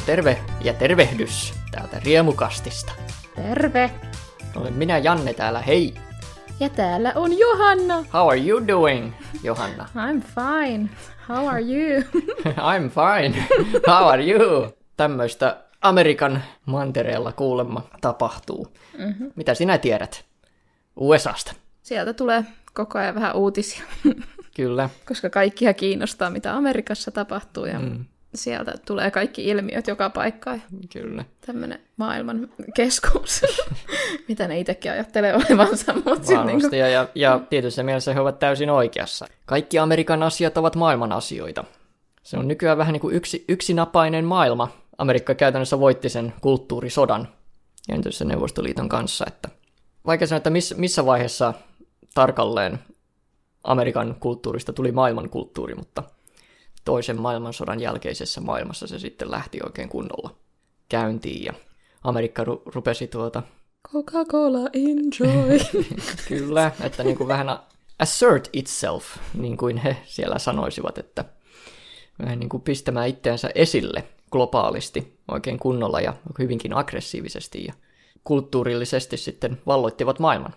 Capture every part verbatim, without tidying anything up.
terve ja tervehdys täältä Riemukastista. Terve. Olen minä Janne täällä, hei. Ja täällä on Johanna. How are you doing, Johanna? I'm fine. How are you? I'm fine. How are you? Tämmöistä Amerikan mantereella kuulemma tapahtuu. Mm-hmm. Mitä sinä tiedät U S A:sta? Sieltä tulee koko ajan vähän uutisia. Kyllä. Koska kaikkia kiinnostaa, mitä Amerikassa tapahtuu, ja mm. sieltä tulee kaikki ilmiöt joka paikkaan. Kyllä. Tämmöinen maailman keskuus, mitä ne itsekin ajattelee olevansa. Mutta niin kuin... ja, ja, ja tietyssä mielessä he ovat täysin oikeassa. Kaikki Amerikan asiat ovat maailman asioita. Se on nykyään vähän niin kuin yksi, yksinapainen maailma. Amerikka käytännössä voitti sen kulttuurisodan entisen Neuvostoliiton kanssa. Että vaikka sanoa, että miss, missä vaiheessa tarkalleen Amerikan kulttuurista tuli maailmankulttuuri, mutta toisen maailmansodan jälkeisessä maailmassa se sitten lähti oikein kunnolla käyntiin, ja Amerikka ru- rupesi tuota... Coca-Cola, enjoy! Kyllä, että niin kuin vähän assert itself, niin kuin he siellä sanoisivat, että vähän niin kuin pistämään itseänsä esille globaalisti oikein kunnolla ja hyvinkin aggressiivisesti, ja kulttuurillisesti sitten valloittivat maailman.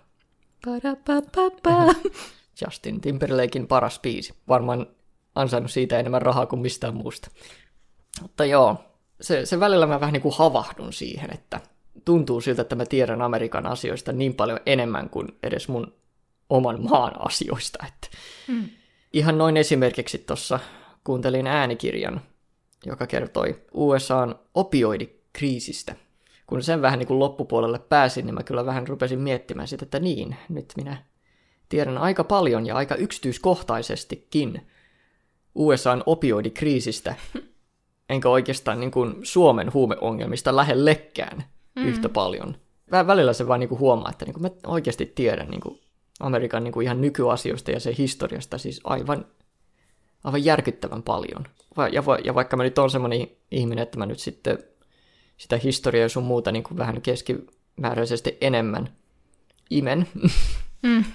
Justin Timberlaken paras biisi. Varmaan ansainnut siitä enemmän rahaa kuin mistään muusta. Mutta joo, se, se välillä mä vähän niin kuin havahdun siihen, että tuntuu siltä, että mä tiedän Amerikan asioista niin paljon enemmän kuin edes mun oman maan asioista. Että mm. Ihan noin esimerkiksi tuossa kuuntelin äänikirjan, joka kertoi U S A:n opioidikriisistä. Kun sen vähän niin kuin loppupuolelle pääsin, niin mä kyllä vähän rupesin miettimään sitä, että niin, nyt minä tiedän aika paljon ja aika yksityiskohtaisestikin U S A:n opioidikriisistä, enkä oikeastaan niin kuin Suomen huumeongelmista lähellekään mm. yhtä paljon. Vähän välillä se vaan niin kuin huomaa, että niin kuin mä oikeasti tiedän niin kuin Amerikan niin kuin ihan nykyasioista ja sen historiasta siis aivan, aivan järkyttävän paljon. Ja, va, ja vaikka mä nyt on semmoinen ihminen, että mä nyt sitten sitä historiaa ja sun muuta niin kuin vähän keskimääräisesti enemmän imen, mm.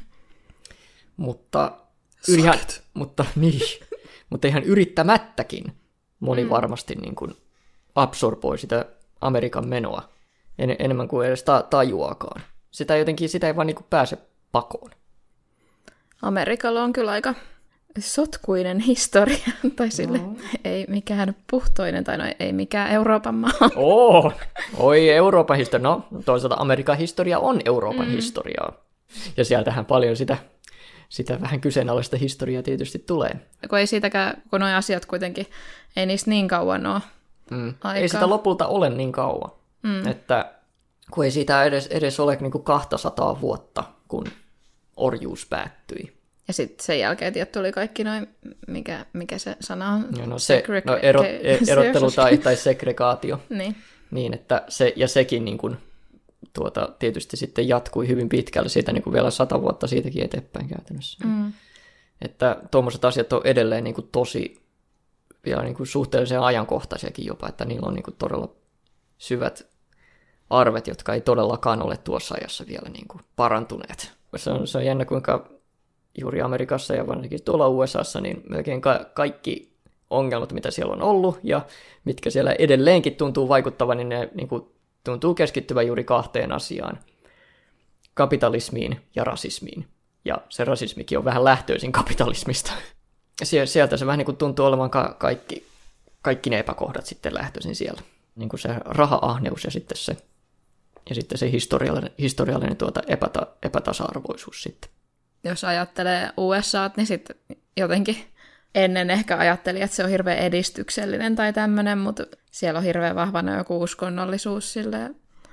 mutta, ihan, mutta, niin, mutta ihan yrittämättäkin moni mm. varmasti niin kuin absorboi sitä Amerikan menoa en, enemmän kuin edes ta- tajuakaan. Sitä, jotenkin, sitä ei vaan niin kuin pääse pakoon. Amerikalla on kyllä aika sotkuinen historia, tai sille no. ei mikään puhtoinen, tai no ei mikään Euroopan maa. Oo, oi Euroopan historia. No toisaalta Amerikan historia on Euroopan mm. historiaa. Ja sieltähän paljon sitä, sitä vähän kyseenalaista historiaa tietysti tulee. Kun ei siitäkään, kun nuo asiat kuitenkin, ei niistä niin kauan ole mm. Ei sitä lopulta ole niin kauan. Mm. Että kun ei siitä edes, edes ole niin kuin kaksisataa vuotta, kun orjuus päättyi. Ja sitten sen jälkeen tiedät, tuli kaikki noin, mikä, mikä se sana on? Ja no se, Segreg- no ero, erottelu tai, tai segregaatio. niin. Niin, että se, ja sekin niin kuin, tuota, tietysti sitten jatkui hyvin pitkälle siitä niin kuin vielä sata vuotta siitäkin eteenpäin käytännössä. Mm. Että tuommoiset asiat on edelleen niin kuin tosi vielä niin kuin suhteellisen ajankohtaisiakin jopa, että niillä on niin kuin todella syvät arvet, jotka ei todellakaan ole tuossa ajassa vielä niin kuin parantuneet. Se on, se on jännä, kuinka juuri Amerikassa ja varsinkin tuolla U S A:ssa, niin melkein ka- kaikki ongelmat, mitä siellä on ollut ja mitkä siellä edelleenkin tuntuu vaikuttavan, niin ne niin kuin, tuntuu keskittyvän juuri kahteen asiaan. Kapitalismiin ja rasismiin. Ja se rasismikin on vähän lähtöisin kapitalismista. Sieltä se vähän niin kuin tuntuu olevan ka- kaikki, kaikki ne epäkohdat sitten lähtöisin siellä. Niin kuin se raha-ahneus ja sitten se, ja sitten se historiallinen, historiallinen tuota epäta- epätasa-arvoisuus sitten. Jos ajattelee U S A:t, niin sitten jotenkin ennen ehkä ajattelin, että se on hirveän edistyksellinen tai tämmöinen, mutta siellä on hirveän vahvana joku uskonnollisuus silleen,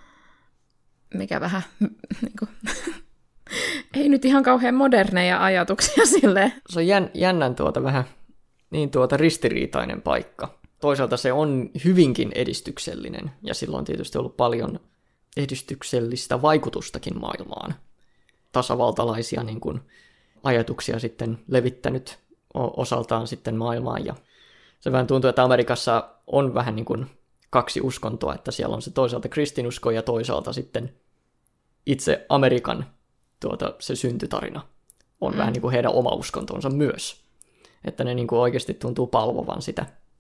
mikä vähän niin kuin, ei nyt ihan kauhean moderneja ajatuksia silleen. Se on jän, jännän tuota vähän niin tuota ristiriitainen paikka. Toisaalta se on hyvinkin edistyksellinen ja sillä on tietysti ollut paljon edistyksellistä vaikutustakin maailmaan. Tasavaltalaisia niin kuin, ajatuksia sitten levittänyt osaltaan sitten maailmaan. Ja se vähän tuntuu, että Amerikassa on vähän niin kuin kaksi uskontoa, että siellä on se toisaalta kristinusko ja toisaalta sitten itse Amerikan tuota, se syntytarina on mm. vähän niin kuin heidän oma uskontonsa myös. Että ne niin kuin oikeasti tuntuu palvovan sitä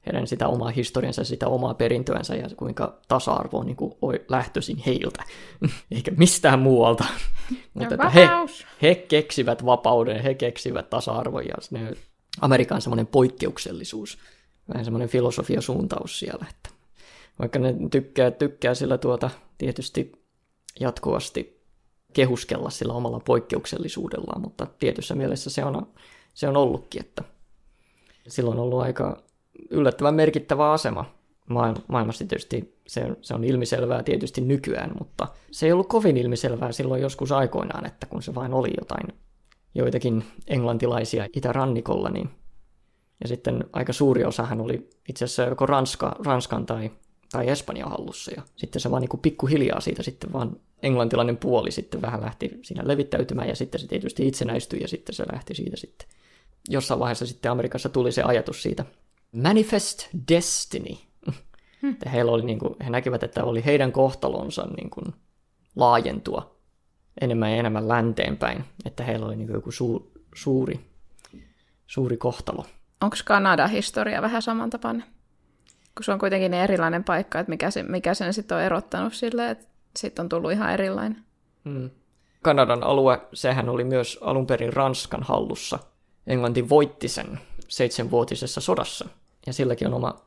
heidän sitä omaa historiansa, sitä omaa perintöänsä ja kuinka tasa-arvo on niin kuin lähtöisin heiltä, eikä mistään muualta. Mutta että he, he keksivät vapauden, he keksivät tasa-arvon ja ne, Amerikan semmoinen poikkeuksellisuus, vähän semmoinen filosofiasuuntaus siellä, että vaikka ne tykkää, tykkää sillä tuota tietysti jatkuvasti kehuskella sillä omalla poikkeuksellisuudellaan, mutta tietyssä mielessä se on, se on ollutkin, että silloin on ollut aika yllättävän merkittävä asema maailmassa. Tietysti se on, se on ilmiselvää tietysti nykyään, mutta se ei ollut kovin ilmiselvää silloin joskus aikoinaan, että kun se vain oli jotain, joitakin englantilaisia itärannikolla, niin ja sitten aika suuri osahan oli itse asiassa joko Ranska, Ranskan tai, tai Espanjan hallussa, ja sitten se vaan niin kuin pikkuhiljaa siitä sitten vaan englantilainen puoli sitten vähän lähti siinä levittäytymään, ja sitten se tietysti itsenäistyi, ja sitten se lähti siitä sitten. Jossain vaiheessa sitten Amerikassa tuli se ajatus siitä Manifest Destiny. Hmm. Heillä oli niin kuin, he näkivät, että oli heidän kohtalonsa niin kuin laajentua enemmän ja enemmän länteenpäin, että heillä oli niin kuin joku su, suuri, suuri kohtalo. Onko Kanadan historia vähän samantapainen? Kun se on kuitenkin niin erilainen paikka, että mikä, se, mikä sen sitten on erottanut silleen, että sitten on tullut ihan erilainen. Hmm. Kanadan alue, sehän oli myös alun perin Ranskan hallussa. Englanti voitti sen seitsemänvuotisessa sodassa, ja silläkin on oma,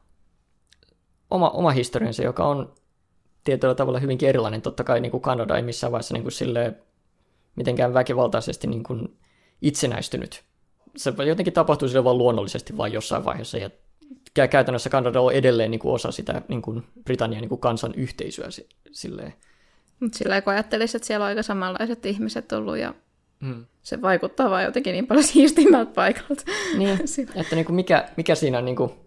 oma, oma historiansa, joka on tietyllä tavalla hyvinkin erilainen. Totta kai niin kuin Kanada ei missään vaiheessa niin kuin silleen, mitenkään väkivaltaisesti niin kuin itsenäistynyt. Se jotenkin tapahtui sille vaan luonnollisesti vain jossain vaiheessa, ja käytännössä Kanada on edelleen niin kuin osa sitä niin kuin Britannian niin kuin kansan yhteisöä. Silleen. Mutta silleen kun ajattelisi, että siellä on aika samanlaiset ihmiset ollut, ja hmm. se vaikuttaa vaan jotenkin niin paljon siistimmältä paikalta. Niin, että niin kuin mikä, mikä, siinä, niin kuin,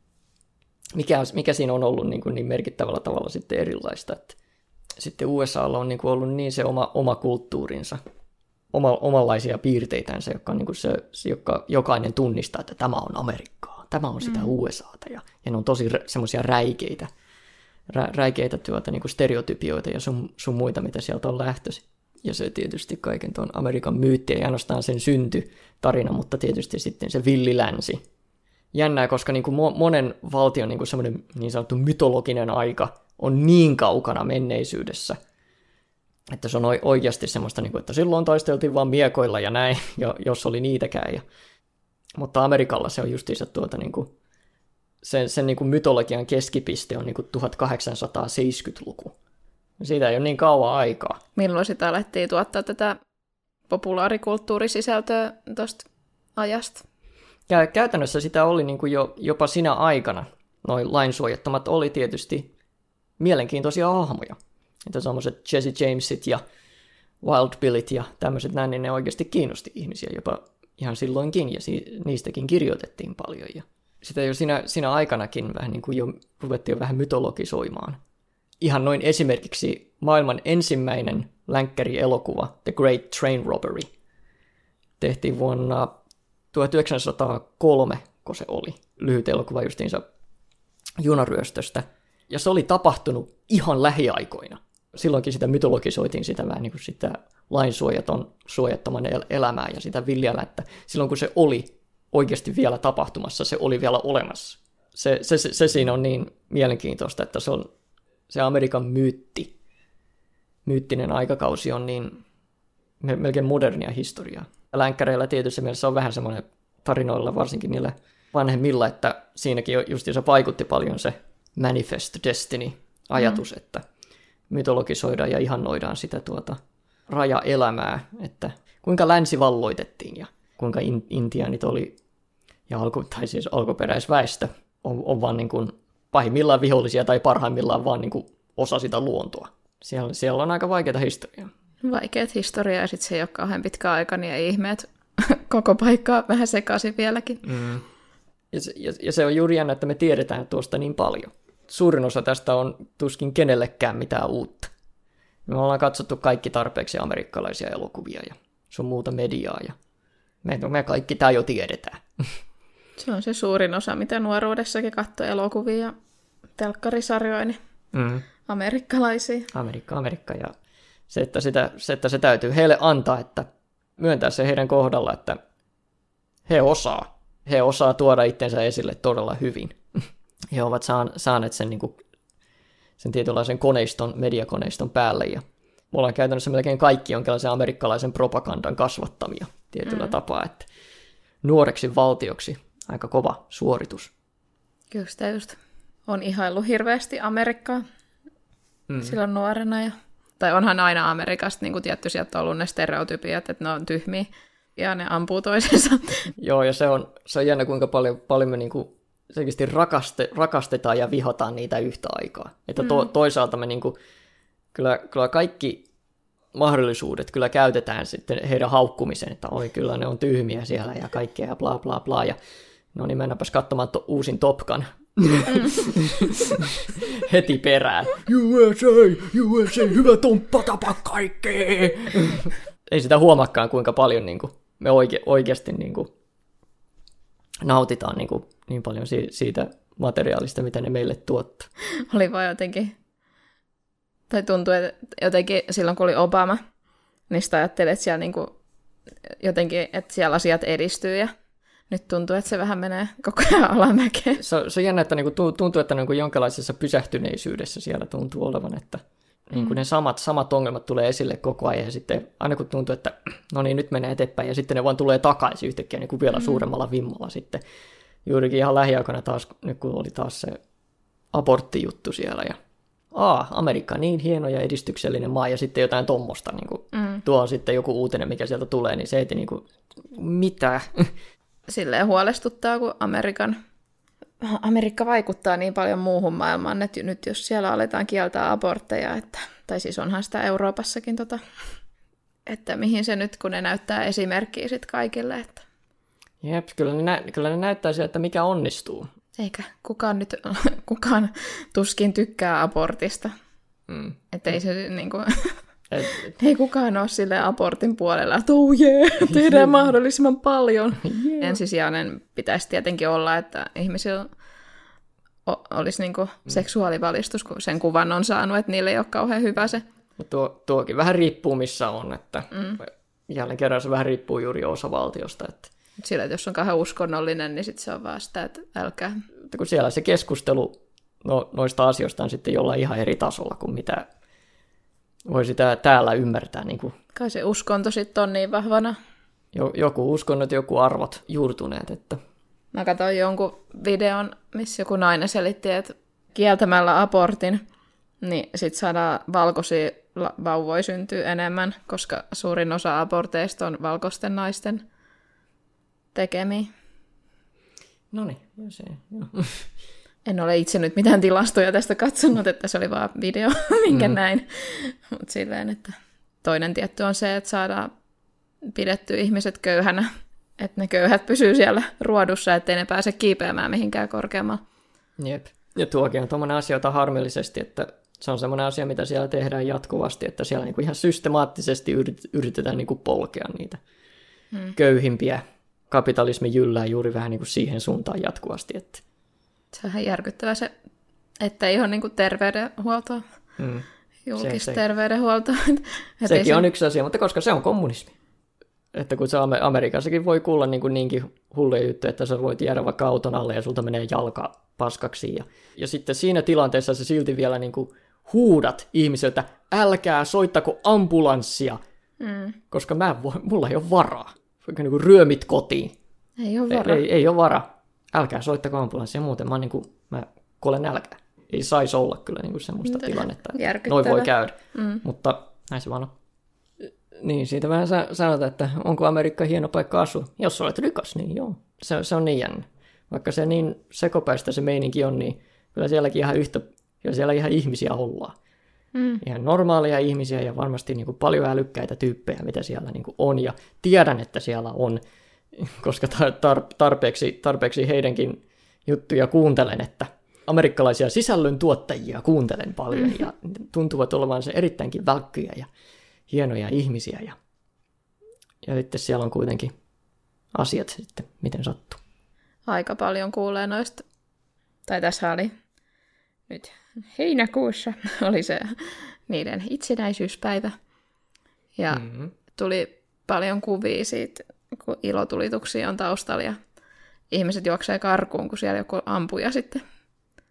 mikä, mikä siinä on ollut niin, kuin niin merkittävällä tavalla sitten erilaista. Että sitten U S A:lla on niin kuin ollut niin se oma, oma kulttuurinsa, oma, omanlaisia piirteitänsä, joka on niin kuin se, se, joka jokainen tunnistaa, että tämä on Amerikkaa, tämä on sitä mm. U S A:ta, ja, ja ne on tosi semmoisia räikeitä, rä, räikeitä työtä, niin kuin stereotypioita ja sun, sun muita, mitä sieltä on lähtöisin. Ja se tietysti kaiken tuon Amerikan myytti, ei ainoastaan sen syntytarina, mutta tietysti sitten se villilänsi. Jännää, koska niin kuin monen valtion niin kuin semmoinen niin sanottu mytologinen aika on niin kaukana menneisyydessä, että se on oikeasti semmoista, niin kuin, että silloin taisteltiin vaan miekoilla ja näin, jos oli niitäkään. Ja, mutta Amerikalla se on justiinsa tuota, niin kuin, sen, sen niin kuin mytologian keskipiste on niin kuin tuhatkahdeksansataaseitsemänkymmentäluku. Siitä ei ole niin kauan aikaa. Milloin sitä alettiin tuottaa tätä populaarikulttuurisisältöä tuosta ajasta? Ja käytännössä sitä oli niin kuin jo, jopa sinä aikana. Noin lainsuojattomat oli tietysti mielenkiintoisia hahmoja. Että semmoiset Jesse Jamesit ja Wild Billit ja tämmöiset näin, niin ne oikeasti kiinnosti ihmisiä jopa ihan silloinkin, ja si- niistäkin kirjoitettiin paljon. Ja sitä jo siinä, siinä aikanakin vähän niin kuin jo ruvettiin jo vähän mytologisoimaan. Ihan noin esimerkiksi maailman ensimmäinen länkkäri-elokuva The Great Train Robbery tehtiin vuonna tuhatyhdeksänsataakolme, kun se oli, lyhyt elokuva justiinsa junaryöstöstä, ja se oli tapahtunut ihan lähiaikoina. Silloinkin sitä mytologisoitiin sitä vähän niin kuin sitä lainsuojaton, suojattoman el- elämää ja sitä viljellä, että silloin kun se oli oikeasti vielä tapahtumassa, se oli vielä olemassa. Se, se, se, se siinä on niin mielenkiintoista, että se on se Amerikan myytti, myyttinen aikakausi on niin melkein modernia historiaa. Länkkäreillä tietysti mielessä on vähän semmoinen tarinoilla, varsinkin niillä vanhemmilla, että siinäkin justiinsa vaikutti paljon se Manifest Destiny-ajatus, mm. että mytologisoidaan ja ihannoidaan sitä tuota rajaelämää, että kuinka länsi valloitettiin ja kuinka in, intiaanit oli, ja alku, tai siis alkuperäisväestö on, on vaan niin kuin pahimmillaan vihollisia tai parhaimmillaan vaan niin kuin osa sitä luontoa. Siellä, siellä on aika vaikeaa historiaa. Vaikeat historiaa, ja sitten se ei ole kauhean pitkä aika, niin ei ihme, että koko paikkaa vähän sekaisin vieläkin. Mm. Ja, se, ja, ja se on juuri jännä, että me tiedetään tuosta niin paljon. Suurin osa tästä on tuskin kenellekään mitään uutta. Me ollaan katsottu kaikki tarpeeksi amerikkalaisia elokuvia ja sun muuta mediaa, ja me, me kaikki tämä jo tiedetään. Se on se suurin osa, mitä nuoruudessakin katsoi elokuvia ja telkkarisarjoja, niin mm. amerikkalaisia. Amerikka, Amerikka, ja se että, sitä, se, että se täytyy heille antaa, että myöntää se heidän kohdalla, että he osaa. He osaa tuoda itsensä esille todella hyvin. he ovat saaneet sen, niin kuin, sen tietynlaisen koneiston, mediakoneiston päälle, ja me ollaan käytännössä melkein kaikki jonkinlaisen amerikkalaisen propagandan kasvattamia tietyllä mm. tapaa, että nuoreksi valtioksi aika kova suoritus. Kyllä sitä just on ihaillut hirveästi Amerikkaa mm. silloin nuorena. Ja, tai onhan aina Amerikasta niin kuin tietty sieltä ollut ne stereotypiat, että ne on tyhmiä ja ne ampuu toisensa. Joo, ja se on, se on jännä, kuinka paljon, paljon me niin kuin selkeästi rakaste, rakastetaan ja vihataan niitä yhtä aikaa. Että to, mm. toisaalta me niin kuin, kyllä, kyllä kaikki mahdollisuudet kyllä käytetään sitten heidän haukkumiseen, että oi kyllä ne on tyhmiä siellä ja kaikkea ja bla bla bla. Ja no niin, mennäänpäs katsomaan to, uusin Top Gun. Mm. Heti perään. U S A, U S A, hyvä Tomppa, tapa kaikkea. Ei sitä huomaakaan, kuinka paljon niin kuin, me oike, oikeasti niin kuin, nautitaan niin, kuin, niin paljon si, siitä materiaalista, mitä ne meille tuottaa. Oli vaan jotenkin, tai tuntuu, että jotenkin silloin kun oli Obama, niin sitä ajattelin, että siellä niin kuin, jotenkin, että siellä asiat edistyy ja nyt tuntuu, että se vähän menee koko ajan alamäkeen. Se, se on jännä, että niinku tuntuu, että niinku jonkinlaisessa pysähtyneisyydessä siellä tuntuu olevan, että niinku mm. ne samat, samat ongelmat tulee esille koko ajan ja sitten aina kun tuntuu, että no niin, nyt menee eteenpäin ja sitten ne vaan tulee takaisin yhtäkkiä niinku vielä mm. suuremmalla vimmalla sitten. Juurikin ihan lähiaikoina taas, nyt kun oli taas se aborttijuttu siellä ja aa, Amerikka niin hieno ja edistyksellinen maa ja sitten jotain tommosta, niinku, mm. tuo on sitten joku uutinen, mikä sieltä tulee, niin se heti niinku, mitä? Silleen huolestuttaa, kun Amerikan, Amerikka vaikuttaa niin paljon muuhun maailmaan, että nyt jos siellä aletaan kieltää abortteja, että, tai siis onhan sitä Euroopassakin, tota, että mihin se nyt, kun ne näyttää esimerkkiä sitten kaikille. Että... Jep, kyllä ne, nä- kyllä ne näyttää sieltä, että mikä onnistuu. Eikä kukaan nyt, kukaan tuskin tykkää abortista. Mm. Että ei se niin kuin... Et, et. Ei kukaan ole silleen abortin puolella, että oh yeah, tehdään mahdollisimman paljon. Yeah. Ensisijainen pitäisi tietenkin olla, että ihmisillä olisi niinku seksuaalivalistus, kun sen kuvan on saanut, että niille ei ole kauhean hyvä se. Tuo, tuokin vähän riippuu missä on, että mm. jälleen kerran se vähän riippuu juuri osavaltiosta. Että... Sillä, että jos on kauhean uskonnollinen, niin sit se on vaan sitä, että älkää. Että kun siellä se keskustelu no, noista asioista on sitten jollain ihan eri tasolla kuin mitä... Voi sitä täällä ymmärtää. Niin kuin kai se uskonto sitten on niin vahvana. Joku uskonnot, joku arvot juurtuneet. Että... Mä katsoin jonkun videon, missä joku nainen selitti, että kieltämällä abortin, niin sitten saadaan valkoisia vauvoja syntyy enemmän, koska suurin osa aborteista on valkoisten naisten tekemiä. No niin, joo se. Joo. En ole itse nyt mitään tilastoja tästä katsonut, että se oli vaan video, minkä mm. näin. Mutta silleen, että toinen tietty on se, että saadaan pidettyä ihmiset köyhänä, että ne köyhät pysyy siellä ruodussa, ettei ne pääse kiipeämään mihinkään korkeammalle. Jep. Ja tuokin on tuommoinen asia, jota harmillisesti, että se on semmoinen asia, mitä siellä tehdään jatkuvasti, että siellä niinku ihan systemaattisesti yritetään niinku polkea niitä mm. köyhimpiä. Kapitalismi jyllää juuri vähän niinku siihen suuntaan jatkuvasti, että se on ihan järkyttävää se, että ei ole niin kuin terveydenhuoltoa, mm. julkista se, se, terveydenhuoltoa. Sekin se... on yksi asia, mutta koska se on kommunismi. Että kun se Amerikassakin voi kuulla niin kuin niinkin hulluja juttuja, että sä voit jäädä vaikka auton alle ja sulta menee jalka paskaksi. Ja, ja sitten siinä tilanteessa sä silti vielä niin kuin huudat ihmisiltä, älkää soittako ambulanssia, mm. koska mä en voi, mulla ei ole varaa. Vaikka niin kuin ryömit kotiin. Ei ole varaa. Ei, ei, ei ole varaa. Älkää soittako ambulanssia, muuten mä, niin kuin, mä kuolen nälkää. Ei saisi olla kyllä niin kuin semmoista Mitä tilannetta. Noin voi käydä, mm. mutta näin se vaan on. Niin, siitä vähän sanotaan, että onko Amerikka hieno paikka asua. Jos olet rikas, niin joo. Se, se on niin jännä. Vaikka se niin sekopäistä se meininki on, niin kyllä sielläkin ihan yhtä, kyllä siellä ihan ihmisiä ollaan. Mm. Ihan normaaleja ihmisiä ja varmasti niin kuin paljon älykkäitä tyyppejä, mitä siellä niin kuin on. Ja tiedän, että siellä on, koska tar- tarpeeksi, tarpeeksi heidänkin juttuja kuuntelen, että amerikkalaisia sisällöntuottajia kuuntelen paljon ja tuntuvat olevan se erittäinkin välkkyjä ja hienoja ihmisiä. Ja, ja sitten siellä on kuitenkin asiat sitten, miten sattuu. Aika paljon kuulee noista, tai tässä oli nyt heinäkuussa oli se niiden itsenäisyyspäivä. Ja mm-hmm. tuli paljon kuvia siitä, kun ilotulituksia on taustalla ja ihmiset juoksee karkuun, kun siellä joku ampuja sitten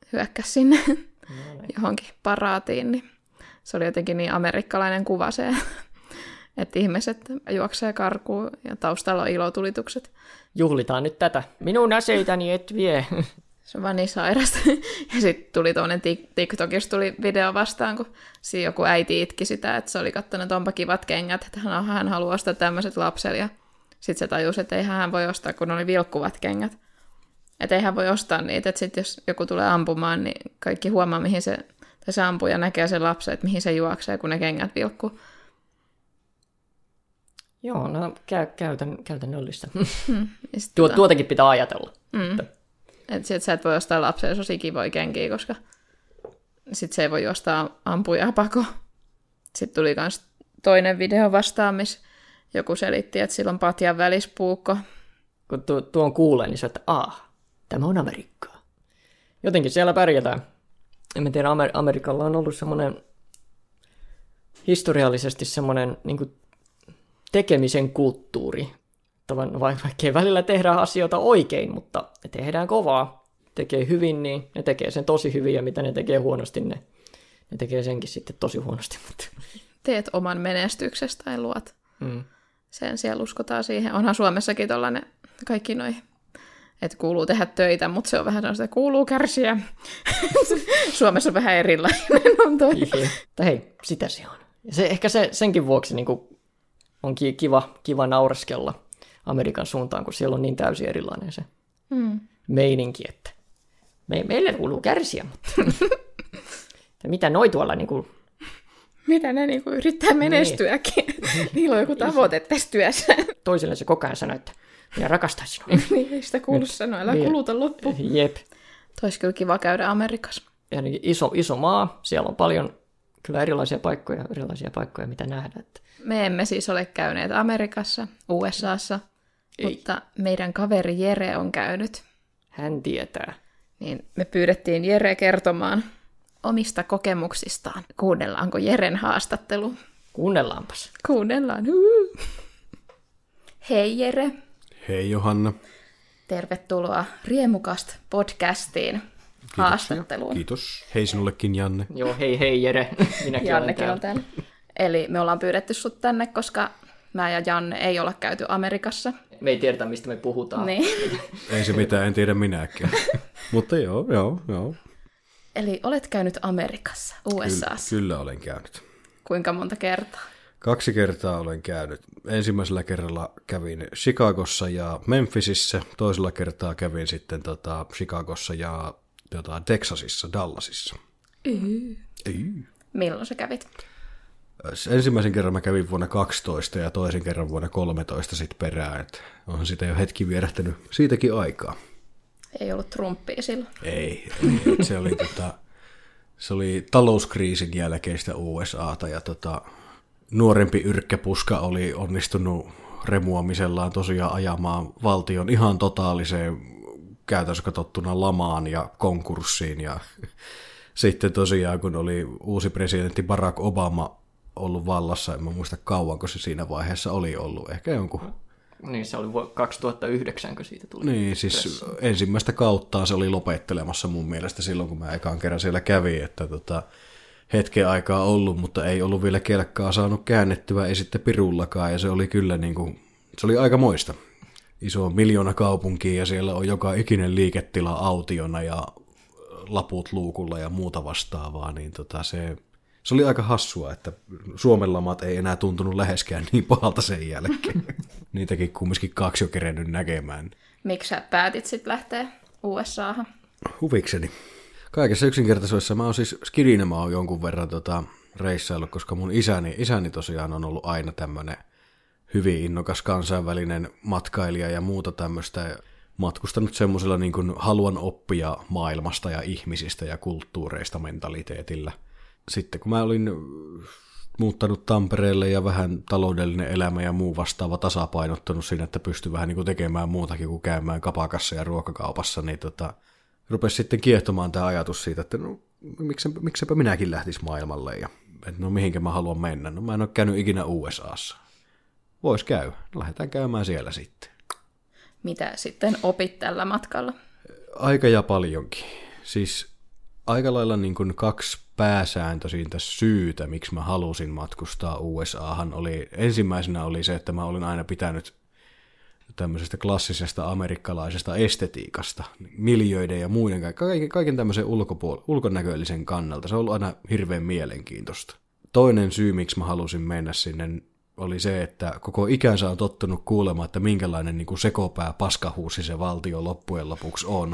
hyökkäsi sinne No niin. johonkin paraatiin, niin se oli jotenkin niin amerikkalainen kuva se, että ihmiset juoksee karkuun ja taustalla on ilotulitukset. Juhlitaan nyt tätä. Minun aseitani et vie. Se on vaan niin sairasta. Ja sitten tuli tuollainen TikTokissa tuli video vastaan, kun siinä joku äiti itki sitä, että se oli katsonut, että onpa kivat kengät, että hän, hän haluaa ostaa tämmöiset lapselle. Ja sitten se tajusi, että eihän hän voi ostaa, kun ne oli vilkkuvat kengät. Että eihän voi ostaa niitä, että sitten jos joku tulee ampumaan, niin kaikki huomaa, mihin se, tai se ampuu ja näkee sen lapsen, että mihin se juoksee, kun ne kengät vilkkuu. Joo, no käy, käytän, käytännöllistä. Hmm. Tuo, tuotakin pitää ajatella. Mm. Että et sit sä et voi ostaa lapselle sosi kivoja kenkiä, koska sit se ei voi ostaa ampuja pako. Sitten tuli myös toinen video vastaan, missä joku selitti, että sillä on patjan välispuukko. Kun tu, tuon kuulee, niin se että aah, tämä on Amerikkaa. Jotenkin siellä pärjätään. En tiedä, Amer- Amerikalla on ollut semmoinen historiallisesti semmoinen niin kuin tekemisen kulttuuri. Vaikkei välillä tehdään asioita oikein, mutta ne tehdään kovaa. Tekee hyvin, niin ne tekee sen tosi hyvin, ja mitä ne tekee huonosti, ne, ne tekee senkin sitten tosi huonosti. Teet oman menestyksestä ja luot. Mm. Sen siellä uskotaan siihen. Onhan Suomessakin tollainen kaikki noi, että kuuluu tehdä töitä, mutta se on vähän sellaista, että kuuluu kärsiä. Suomessa on vähän erilainen on toi. Mutta hei, sitä se on. Se, ehkä se, senkin vuoksi niin kuin on kiva, kiva naureskella Amerikan suuntaan, kun siellä on niin täysin erilainen se mm. meininki, että me, meille kuuluu kärsiä, mutta mitä noi tuolla niin kuin... Mitä ne niin kuin yrittää menestyäkin. Niillä on joku tavoite tässä työssä. Toiselle se koko ajan sanoo, että minä rakastan sinua. Niin, ei sitä kuulu sanoa, älä kuluta loppu. Jep. Toisi kyllä kiva käydä Amerikassa. Ja iso, iso maa, siellä on paljon kyllä erilaisia paikkoja, erilaisia paikkoja, mitä nähdä. Että... Me emme siis ole käyneet Amerikassa, U S A:ssa, ei. Mutta meidän kaveri Jere on käynyt. Hän tietää. Niin me pyydettiin Jere kertomaan omista kokemuksistaan. Kuunnellaanko Jeren haastattelu? Kuunnellaanpas. Kuunnellaan. Hei Jere. Hei Johanna. Tervetuloa Riemukast podcastiin. Kiitoksia. Haastatteluun. Kiitos. Hei sinullekin Janne. Joo, hei hei Jere. Minäkin Jannekin olen on täällä. Eli me ollaan pyydetty sut tänne, koska mä ja Janne ei olla käyty Amerikassa. Me ei tiedetä, mistä me puhutaan. Niin. Ei se mitään, en tiedä minäkään. Mutta joo, joo, joo. Eli olet käynyt Amerikassa, U S A:ssa. Ky- kyllä olen käynyt. Kuinka monta kertaa? Kaksi kertaa olen käynyt. Ensimmäisellä kerralla kävin Chicagossa ja Memphisissä. Toisella kertaa kävin sitten tota, Chicagossa ja tota, Texasissa, Dallasissa. Yy. Yy. Milloin sä kävit? Ensimmäisen kerran mä kävin vuonna kaksitoista ja toisen kerran vuonna kolmetoista sitten perään. Et onhan sitä jo hetki vierähtänyt siitäkin aikaa. Ei ollut Trumpia silloin. Ei, ei se, oli, tota, se oli talouskriisin jälkeistä U S A:ta ja tota, nuorempi yrkkäpuska oli onnistunut remuamisellaan tosiaan ajamaan valtion ihan totaaliseen käytännössä katsottuna lamaan ja konkurssiin. Ja sitten tosiaan, kun oli uusi presidentti Barack Obama ollut vallassa, en mä muista kauanko se siinä vaiheessa oli ollut, ehkä jonkun... Niin, se oli vuonna kaksituhattayhdeksän, kun siitä tuli. Niin, siis pressi. Ensimmäistä kauttaan se oli lopettelemassa mun mielestä silloin, kun mä ekaan kerran siellä kävin, että tota, hetken aikaa ollut, mutta ei ollut vielä kelkkaa saanut käännettyä, ei sitten pirullakaan, ja se oli kyllä niin kuin, se oli aika moista. Iso miljoona kaupunkia, ja siellä on joka ikinen liiketila autiona, ja laput luukulla ja muuta vastaavaa, niin tota se... Se oli aika hassua, että Suomen lamat ei enää tuntunut läheskään niin pahalta sen jälkeen. Niitäkin kumminkin kaksi jo kerennyt näkemään. Miksi sä päätit sitten lähteä U S A:han? Huvikseni. Kaikessa yksinkertaisuudessa mä oon siis skidinä mä oon jonkun verran tota reissaillut, koska mun isäni, isäni tosiaan on ollut aina tämmönen hyvin innokas kansainvälinen matkailija ja muuta tämmöistä. Matkustanut semmoisella niin kuin haluan oppia maailmasta ja ihmisistä ja kulttuureista mentaliteetillä. Sitten kun mä olin muuttanut Tampereelle ja vähän taloudellinen elämä ja muu vastaava tasapainottanut siinä, että pystyi vähän niin kuin tekemään muutakin kuin käymään kapakassa ja ruokakaupassa, niin tota, rupesi sitten kiehtomaan tämä ajatus siitä, että no miksepä, miksepä minäkin lähtisi maailmalle ja että no mihinkä mä haluan mennä. No mä en ole käynyt ikinä U S A:ssa. Vois käy. Lähdetään käymään siellä sitten. Mitä sitten opit tällä matkalla? Aika ja paljonkin. Siis aika lailla niin kuin kaksi pääsääntöisintä syytä, miksi mä halusin matkustaa U S Ahan. Oli, ensimmäisenä oli se, että mä olin aina pitänyt tämmöisestä klassisesta amerikkalaisesta estetiikasta, miljöiden ja muiden, kaiken, kaiken tämmöisen ulkopuol- ulkonäköllisen kannalta. Se on ollut aina hirveän mielenkiintoista. Toinen syy, miksi mä halusin mennä sinne, oli se, että koko ikänsä on tottunut kuulemaan, että minkälainen niin kuin sekopää paskahuusi se valtio loppujen lopuksi on.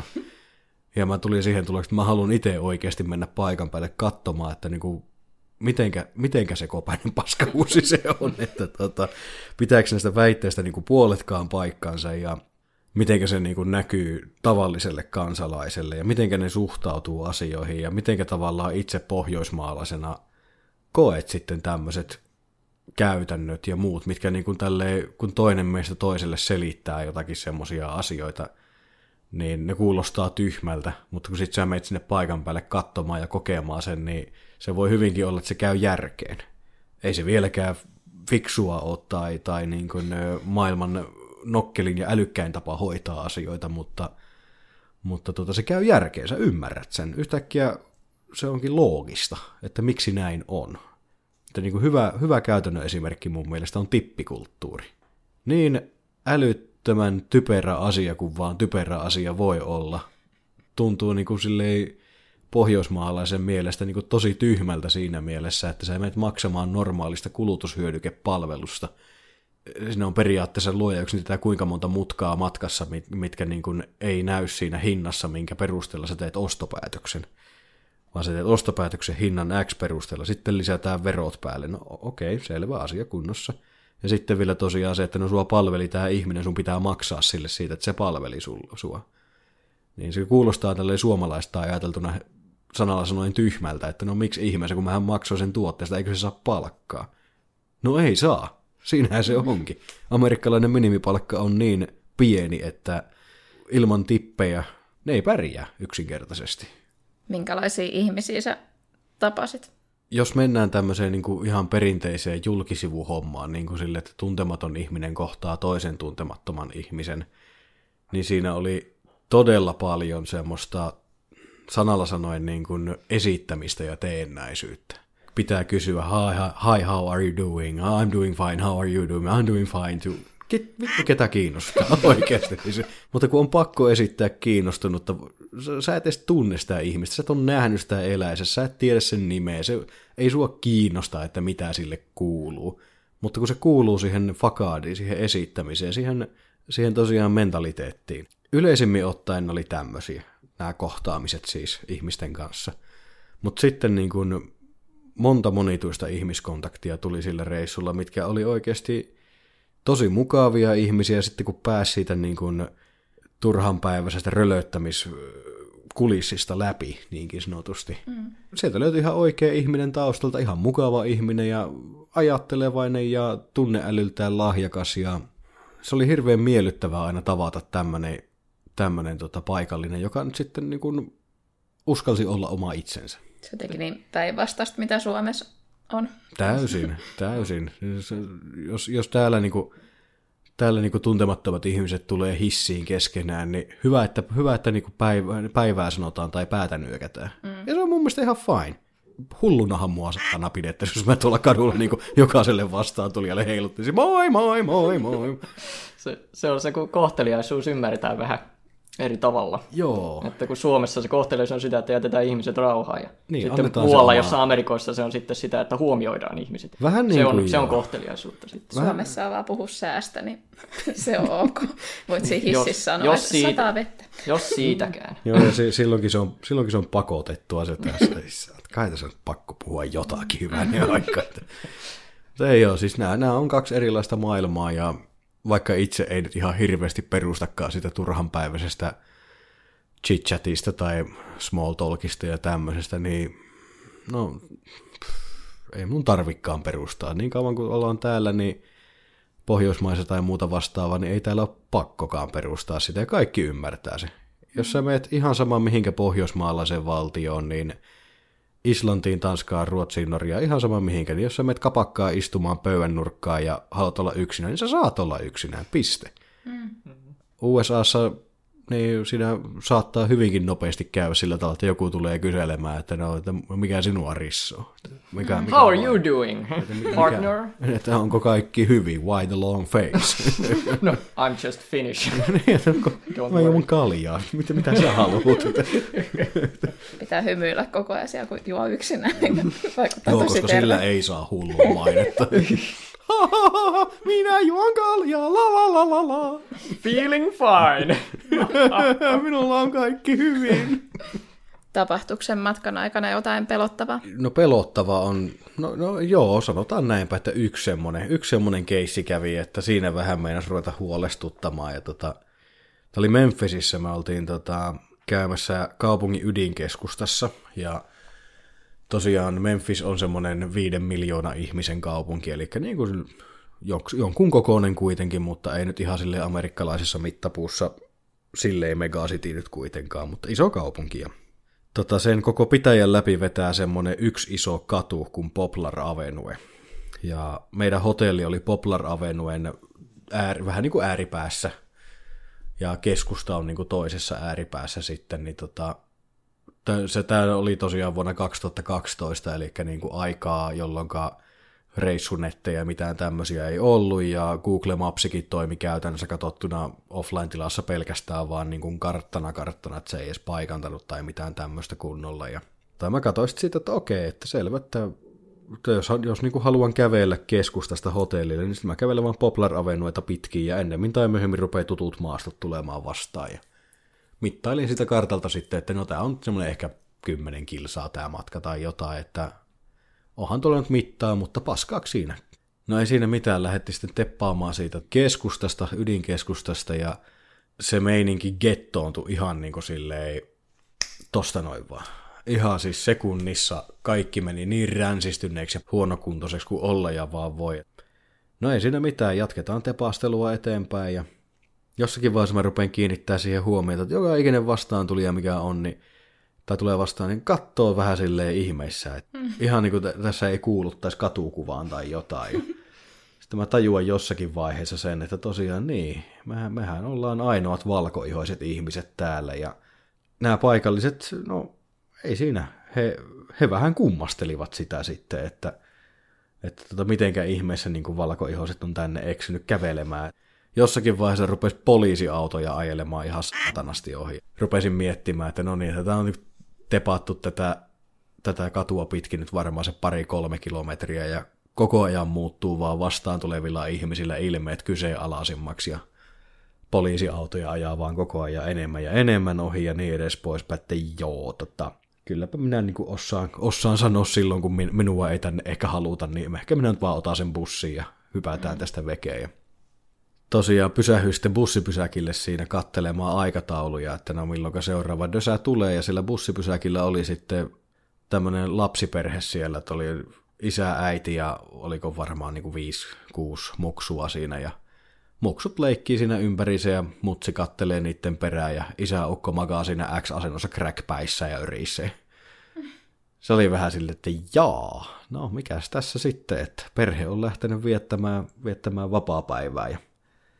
Ja mä tulin siihen tulokseen, että mä haluan itse oikeasti mennä paikan päälle katsomaan, että niin kuin, mitenkä, mitenkä sekopäinen paskahuusi se on, että tota, pitääkö näistä väitteistä niin kuin puoletkaan paikkansa ja mitenkä se niin kuin näkyy tavalliselle kansalaiselle ja mitenkä ne suhtautuu asioihin ja mitenkä tavallaan itse pohjoismaalaisena koet sitten tämmöiset käytännöt ja muut, mitkä niin kuin tälleen, kun toinen meistä toiselle selittää jotakin semmoisia asioita, niin ne kuulostaa tyhmältä, mutta kun sit sä menet sinne paikan päälle katsomaan ja kokemaan sen, niin se voi hyvinkin olla, että se käy järkeen. Ei se vieläkään fiksua ole tai, tai niin kuin maailman nokkelin ja älykkäin tapa hoitaa asioita, mutta, mutta tota, se käy järkeen, sä ymmärrät sen. Yhtäkkiä se onkin loogista, että miksi näin on. Että niin kuin hyvä, hyvä käytännön esimerkki mun mielestä on tippikulttuuri. Niin älyttömän typerä asia, kun vaan typerä asia voi olla. Tuntuu niin kuin silleen pohjoismaalaisen mielestä niin kuin tosi tyhmältä siinä mielessä, että sä menet maksamaan normaalista kulutushyödykepalvelusta. Siinä on periaatteessa luoja yksin kuinka monta mutkaa matkassa, mitkä niin kuin ei näy siinä hinnassa, minkä perusteella sä teet ostopäätöksen. Vaan sä teet ostopäätöksen hinnan X perusteella, sitten lisätään verot päälle. No okei, okay, selvä asia kunnossa. Ja sitten vielä tosiaan se, että no sua palveli tämä ihminen, sun pitää maksaa sille siitä, että se palveli sua. Niin se kuulostaa tälleen suomalaista ajateltuna sanalla sanoen tyhmältä, että no miksi ihmeessä, kun mähän maksoin sen tuotteesta, eikö se saa palkkaa? No ei saa, siinähän se onkin. Amerikkalainen minimipalkka on niin pieni, että ilman tippejä ne ei pärjää yksinkertaisesti. Minkälaisia ihmisiä sä tapasit? Jos mennään tämmöiseen niin kuin ihan perinteiseen julkisivuhommaan, niin kuin sille, että tuntematon ihminen kohtaa toisen tuntemattoman ihmisen, niin siinä oli todella paljon semmoista sanalla sanoen niin kuin esittämistä ja teennäisyyttä. Pitää kysyä, hi, hi, how are you doing? I'm doing fine, how are you doing? I'm doing fine too. Vittu, ketä kiinnostaa oikeasti. Mutta kun on pakko esittää kiinnostunutta, sä et edes tunne sitä ihmistä, sä et ole nähnyt sitä eläisessä, sä et tiedä sen nimeä, se ei sua kiinnosta, että mitä sille kuuluu. Mutta kun se kuuluu siihen fakaadiin, siihen esittämiseen, siihen, siihen tosiaan mentaliteettiin. Yleisimmin ottaen oli tämmöisiä, nämä kohtaamiset siis ihmisten kanssa. Mutta sitten niin kun monta monituista ihmiskontaktia tuli sillä reissulla, mitkä oli oikeasti tosi mukavia ihmisiä, sitten kun pääsi siitä niin kuin turhanpäiväisestä rölöttämiskulissista läpi, niinkin sanotusti. Mm. Sieltä löytyi ihan oikea ihminen taustalta, ihan mukava ihminen ja ajattelevainen ja tunneälyltään lahjakas. Ja se oli hirveän miellyttävää aina tavata tämmöinen, tämmöinen tota paikallinen, joka nyt sitten niin kuin uskalsi olla oma itsensä. Se teki niin päinvastaista, mitä Suomessa on. Täysin, täysin. Jos, jos täällä, niinku, täällä niinku tuntemattomat ihmiset tulee hissiin keskenään, niin hyvä, että, hyvä, että niinku päivää, päivää sanotaan tai päätä nyökätään. Mm. Ja se on mun mielestä ihan fine. Hullunahan mua sattana pidettä, jos mä tuolla kadulla niinku jokaiselle vastaan tulijalle heiluttaisin. Moi, moi, moi, moi. Se, se on se, kun kohteliaisuus ymmärretään vähän eri tavalla. Joo. Että kun Suomessa se kohteliaisuus on sitä, että jätetään ihmiset rauhaan. Ja niin, sitten muualla, jossa Amerikoissa se on sitten sitä, että huomioidaan ihmiset. Vähän niin se kuin on, se on kohteliaisuutta sitten. Vähän. Suomessa on vaan puhua säästä, niin se on ok. Voit siinä hississä sanoa, jos että siitä, sataa vettä. Jos siitäkään. Joo, ja se, silloinkin, se on, silloinkin se on pakotettua se tässä. Kai tässä on pakko puhua jotakin hyvää aikaa. Se ei ole, siis nämä, nämä on kaksi erilaista maailmaa, ja vaikka itse ei nyt ihan hirveästi perustakaan sitä turhanpäiväisestä chit-chatista tai small talkista ja tämmöisestä, niin no, ei mun tarvikkaan perustaa. Niin kauan kuin ollaan täällä, niin Pohjoismaissa tai muuta vastaavaa, niin ei täällä ole pakkokaan perustaa sitä, ja kaikki ymmärtää se. Jos sä meet ihan sama mihinkä pohjoismaalaisen valtioon, niin Islantiin, Tanskaan, Ruotsiin, Norjaan, ihan sama mihinkä, niin jos sä meet kapakkaa istumaan pöydän nurkkaan ja haluat olla yksinään, niin sä saat olla yksinään, piste. Mm. U S A:ssa niin siinä saattaa hyvinkin nopeasti käydä sillä tavalla, että joku tulee kyselemään, että no, että mikä sinua rissoo? Mikä, mikä How are you doing, mikä, partner? Että onko kaikki hyvin? Why the long face? No, I'm just finished. Mä juon kaljaa. Mitä, mitä sä haluat? Pitää hymyillä koko ajan siellä, kun juo yksinään. Joo, koska terve. Sillä ei saa hullua mainetta. Minä juon kaljaa, la la la la la. Feeling fine. Minulla on kaikki hyvin. Tapahtuuko sen matkan aikana jotain pelottavaa? No pelottava on, no, no joo, sanotaan näinpä, että yksi semmoinen, yksi semmoinen keissi kävi, että siinä vähän meinasi ruveta huolestuttamaan. Ja tota, tämä oli Memphisissä, me oltiin tota, käymässä kaupungin ydinkeskustassa ja tosiaan Memphis on semmoinen viiden miljoona ihmisen kaupunki, eli niin kuin jonkun kokoinen kuitenkin, mutta ei nyt ihan silleen amerikkalaisessa mittapuussa silleen megacity nyt kuitenkaan, mutta iso kaupunki. Tota, sen koko pitäjän läpi vetää semmoinen yksi iso katu kuin Poplar Avenue. Ja meidän hotelli oli Poplar Avenuen ääri, vähän niin kuin ääripäässä, ja keskusta on niin kuin toisessa ääripäässä sitten, niin tota, se tämä oli tosiaan vuonna kaksituhattakaksitoista, eli niin kuin aikaa, jolloin reissunettejä ja mitään tämmöisiä ei ollut, ja Google Mapsikin toimi käytännössä katsottuna offline-tilassa pelkästään vaan niin kuin karttana karttana, että se ei edes paikantanut tai mitään tämmöistä kunnolla. Ja, tai mä katsoin siitä, että okei, että selvä, että jos, jos niin kuin haluan kävellä keskustasta hotellille, niin sitten mä kävelen vaan Poplar Avenueta pitkin, ja ennemmin tai myöhemmin rupeaa tutut maastot tulemaan vastaan. Ja mittailin sitä kartalta sitten, että no tää on semmoinen ehkä kymmenen kilsaa tää matka tai jotain, että onhan tuolla nyt mittaa, mutta paskaaksi siinä. No ei siinä mitään, lähdettiin sitten teppaamaan siitä keskustasta, ydinkeskustasta, ja se meininki gettoontui ihan niin kuin silleen tosta noin vaan. Ihan siis sekunnissa kaikki meni niin ränsistyneeksi ja huonokuntoiseksi kuin olla ja vaan voi. No ei siinä mitään, jatketaan tepastelua eteenpäin, ja jossakin vaiheessa mä rupean kiinnittää siihen huomiota, että joka ikinen vastaan tuli ja mikä on, niin tai tulee vastaan, niin katsoo vähän silleen ihmeissä. Että mm. Ihan niin kuin t- tässä ei kuuluttaisi katukuvaan tai jotain. Sitten mä tajuan jossakin vaiheessa sen, että tosiaan niin, mehän, mehän ollaan ainoat valkoihoiset ihmiset täällä. Ja nämä paikalliset, no ei siinä, he, he vähän kummastelivat sitä sitten, että, että tota, mitenkä ihmeessä niin kuin valkoihoiset on tänne eksynyt kävelemään. Jossakin vaiheessa rupesi poliisiautoja ajelemaan ihan satanasti ohi. Rupesin miettimään, että no niin, että tämä on tepattu tätä, tätä katua pitkin nyt varmaan se pari-kolme kilometriä, ja koko ajan muuttuu vaan vastaan tulevilla ihmisillä ilmeet kyseenalaisimmaksi, ja poliisiautoja ajaa vaan koko ajan enemmän ja enemmän ohi, ja niin edes poispäin, että joo, tota, kylläpä minä niin kuin osaan, osaan sanoa silloin, kun minua ei tänne ehkä haluta, niin ehkä minä nyt vaan otan sen bussin ja hypätään tästä vekeen. Tosiaan pysähdyin sitten bussipysäkille siinä katselemaan aikatauluja, että no milloinka seuraava dösä tulee, ja sillä bussipysäkillä oli sitten tämmöinen lapsiperhe siellä, että oli isä, äiti ja oliko varmaan niin kuin viisi, kuusi muksua siinä, ja muksut leikkii siinä ympäriinsä ja mutsi kattelee niiden perään, ja isä ukko makaa siinä X-asennossa crack-päissä ja örisee. Se oli vähän silleen, että jaa, no mikäs tässä sitten, että perhe on lähtenyt viettämään, viettämään vapaapäivää, ja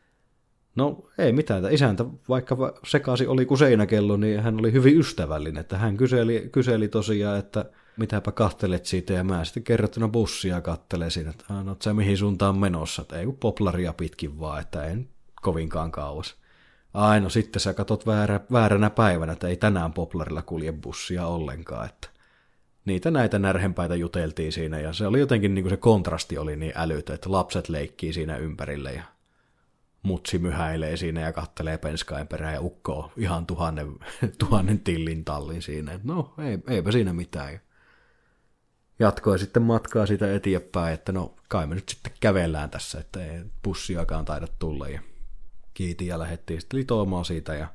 no ei mitään, isäntä vaikka sekaisin oli kuin seinäkello, niin hän oli hyvin ystävällinen, että hän kyseli, kyseli tosiaan, että mitäpä kattelet siitä, ja mä sitten kerrottuna bussia kattelen siinä, että no sä mihin suuntaan menossa, että ei kun Poplaria pitkin vaan, että en kovinkaan kauas. Ai no sitten sä katot väärä, vääränä päivänä, että ei tänään Poplarilla kulje bussia ollenkaan, että niitä näitä närhempäitä juteltiin siinä, ja se oli jotenkin niin kuin se kontrasti oli niin älytön, että lapset leikkii siinä ympärille, ja mutsi myhäilee siinä ja kattelee penskain perään ja ukkoo ihan tuhannen, tuhannen tillin tallin siinä. No, ei, eipä siinä mitään. Jatkoi sitten matkaa sitä eteenpäin, että no kai me nyt sitten kävellään tässä, että ei bussiakaan taida tulla. Ja kiitin ja lähdettiin sitten litoamaan siitä. Ja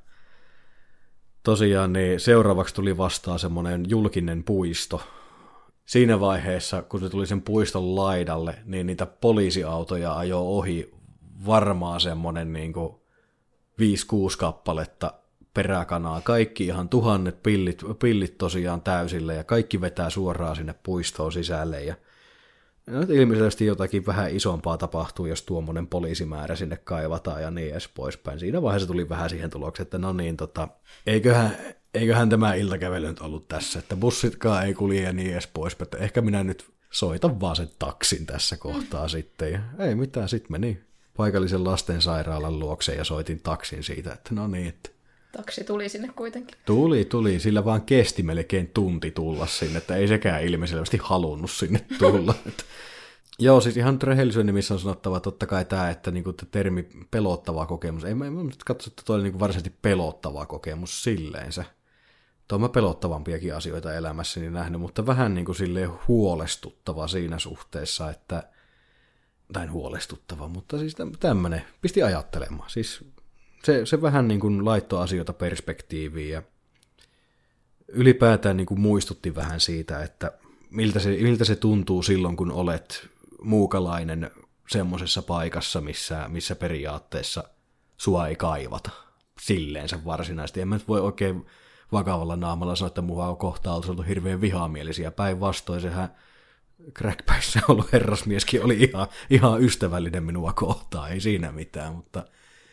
tosiaan niin seuraavaksi tuli vastaan semmoinen julkinen puisto. Siinä vaiheessa, kun se tuli sen puiston laidalle, niin niitä poliisiautoja ajoi ohi varmaan semmoinen niin kuin viisi kuusi kappaletta peräkanaa. Kaikki ihan tuhannet pillit, pillit tosiaan täysille, ja kaikki vetää suoraan sinne puistoon sisälle. Ja No, ilmeisesti jotakin vähän isompaa tapahtuu, jos tuommoinen poliisimäärä sinne kaivataan ja niin edes poispäin. Siinä vaiheessa tuli vähän siihen tulokseen, että no niin, tota, eiköhän, eiköhän tämä iltakävely nyt ollut tässä, että bussitkaan ei kulje ja niin edes poispäin, että ehkä minä nyt soitan vaan sen taksin tässä kohtaa mm. sitten. Ja ei mitään, sitten meni paikallisen lastensairaalan luokse ja soitin taksin siitä, että no niin, että taksi tuli sinne kuitenkin. Tuli, tuli. Sillä vaan kesti melkein tunti tulla sinne, että ei sekään ilmeisesti halunnut sinne tulla. Joo, siis ihan rehellisyyden nimissä on sanottava totta kai tämä, että niinku termi pelottava kokemus. Ei mä katso, että toi oli niinku varsinaisesti pelottava kokemus silleensä. Tuo mä pelottavampiakin asioita elämässäni nähnyt, mutta vähän niinku silleen huolestuttava siinä suhteessa, että tai huolestuttava, mutta siis tämmönen pisti ajattelemaan. Siis Se, se vähän niin kuin laittoi asioita perspektiiviin ja ylipäätään niin kuin muistutti vähän siitä, että miltä se, miltä se tuntuu silloin, kun olet muukalainen semmoisessa paikassa, missä, missä periaatteessa sua ei kaivata silleensä varsinaisesti. En mä nyt voi oikein vakavalla naamalla sanoa, että mua on kohta oltu hirveän vihamielisiä. Päinvastoin sehän crackpäissä ollut herrasmieskin oli ihan, ihan ystävällinen minua kohtaan, ei siinä mitään, mutta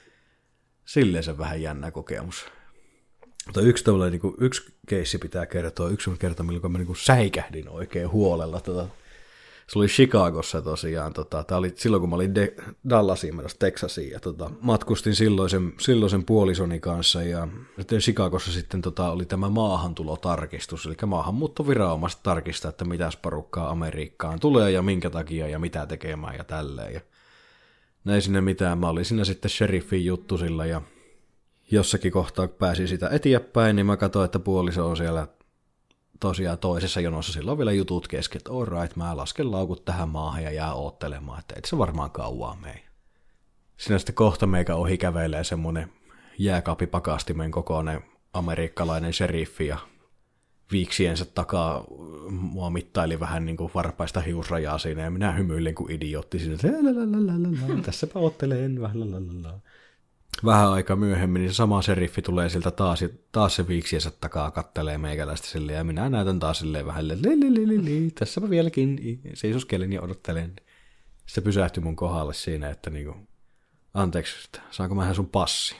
silleen se vähän jännä kokemus. Mutta yksi, niin kuin, yksi keissi pitää kertoa, yksi kerta, milloin mä niin kuin säikähdin oikein huolella. Tota, se oli Chicagossa tosiaan. Tota, tämä oli silloin, kun mä olin De- Dallasiin menossa Texasiin. Ja, tota, matkustin silloisen, silloisen puolisoni kanssa. Ja sitten Chicagossa sitten tota, oli tämä maahantulotarkistus. Eli maahanmuuttoviranomaiset tarkistaa, että mitäs porukkaa Amerikkaan tulee ja minkä takia ja mitä tekemään ja tälleen. Ja näin sinne mitään. Mä olin siinä sitten sheriffin juttusilla ja jossakin kohtaa pääsin sitä eteenpäin, niin mä katsoin, että puoliso on siellä tosiaan toisessa jonossa. Sillä on vielä jutut kesken, että all right, mä lasken laukut tähän maahan ja jää oottelemaan, että ei se varmaan kauaa mene. Siinä sitten kohta meikä ohi kävelee semmoinen jääkaapipakastimen kokoinen amerikkalainen sheriffi ja viiksiensä takaa mua mittaili vähän niin kuin varpaista hiusrajaa siinä, ja minä hymyilin kuin idiootti siinä, että tässäpä ottelen, vähän Vähän aika myöhemmin, niin se sama seriffi tulee siltä taas, ja taas se viiksiensä takaa kattelee meikäläistä silleen, ja minä näytän taas silleen vähän, li, tässäpä vieläkin seisoskelen ja odottelen. Se pysähtyi mun kohdalle siinä, että niinku, anteeksi, että saanko mä sun passi?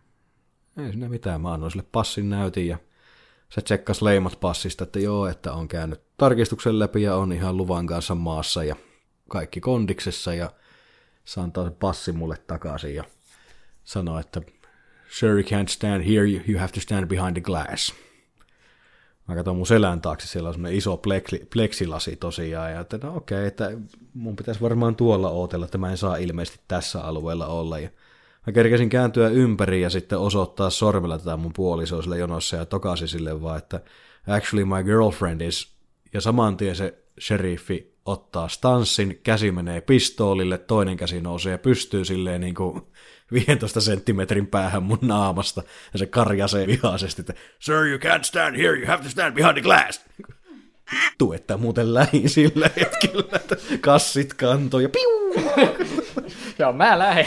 Ei siinä mitään, mä annoin sille passin näytin, ja se tsekkas leimat passista, että joo, että on käynyt tarkistuksen läpi ja on ihan luvan kanssa maassa ja kaikki kondiksessa ja se antaa se passin mulle takaisin ja sanoo, että sir, you can't stand here, you have to stand behind the glass. Mä katson mun selän taakse, siellä on semmoinen iso pleksi, pleksilasi tosiaan ja että no okei, okay, että mun pitäisi varmaan tuolla ootella, että mä en saa ilmeisesti tässä alueella olla ja mä kerkesin kääntyä ympäri ja sitten osoittaa sormella tätä mun puolisoa sille jonossa ja tokasi sille vaan, että actually my girlfriend is, ja saman tien se sheriffi ottaa stanssin, käsi menee pistoolille, toinen käsi nousee ja pystyy silleen niin kuin viisitoista senttimetrin päähän mun naamasta ja se karjasee vihaisesti, että sir, you can't stand here, you have to stand behind the glass. Vittu, että muuten lähin sillä hetkellä, että kassit kantoi ja piu! Joo, mä lähen.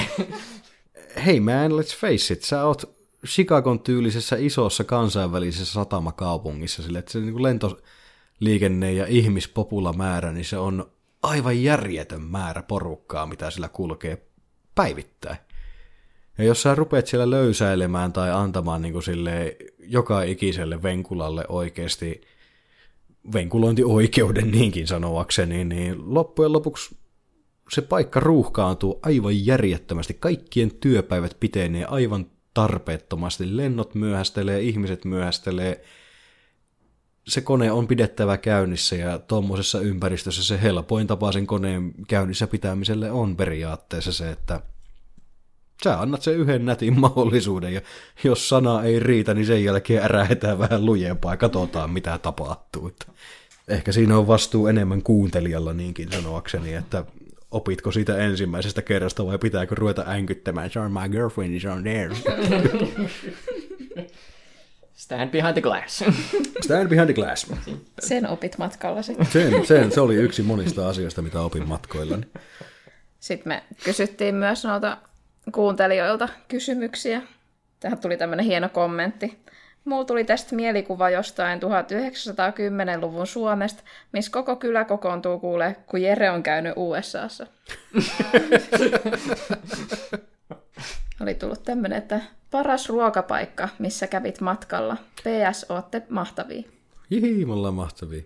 Hei man, let's face it, sä oot Chicagon tyylisessä isossa kansainvälisessä satamakaupungissa, sille, että se niin kuin lentoliikenne ja ihmispopula määrä, niin se on aivan järjetön määrä porukkaa, mitä sillä kulkee päivittäin. Ja jos sä rupeat siellä löysäilemään tai antamaan niin kuin silleen, joka ikiselle venkulalle oikeasti venkulointioikeuden niinkin sanoakseni, niin loppujen lopuksi se paikka ruuhkaantuu aivan järjettömästi. Kaikkien työpäivät pitenee aivan tarpeettomasti. Lennot myöhästelee, ihmiset myöhästelee. Se kone on pidettävä käynnissä ja tuommoisessa ympäristössä se helpoin tapa sen koneen käynnissä pitämiselle on periaatteessa se, että sä annat sen yhden nätin mahdollisuuden ja jos sana ei riitä, niin sen jälkeen ärähetään vähän lujempaa ja katsotaan mitä tapahtuu. Ehkä siinä on vastuu enemmän kuuntelijalla niinkin sanoakseni, että opitko siitä ensimmäisestä kerrasta vai pitääkö ruveta änkyttämään? Sure, my girlfriend is on there. Stand behind the glass. Stand behind the glass. Sen opit matkalla sitten. Sen, sen, se oli yksi monista asioista, mitä opin matkoillani. Sitten me kysyttiin myös noilta kuuntelijoilta kysymyksiä. Tähän tuli tämmöinen hieno kommentti. Mulla tuli tästä mielikuva jostain tuhatyhdeksänsataakymmenluvun Suomesta, missä koko kylä kokoontuu kuule, kun Jere on käynyt U S A:ssa. Oli tullut tämmönen, että paras ruokapaikka, missä kävit matkalla. P S. Ootte mahtavia. Jihii, me ollaan mahtavia.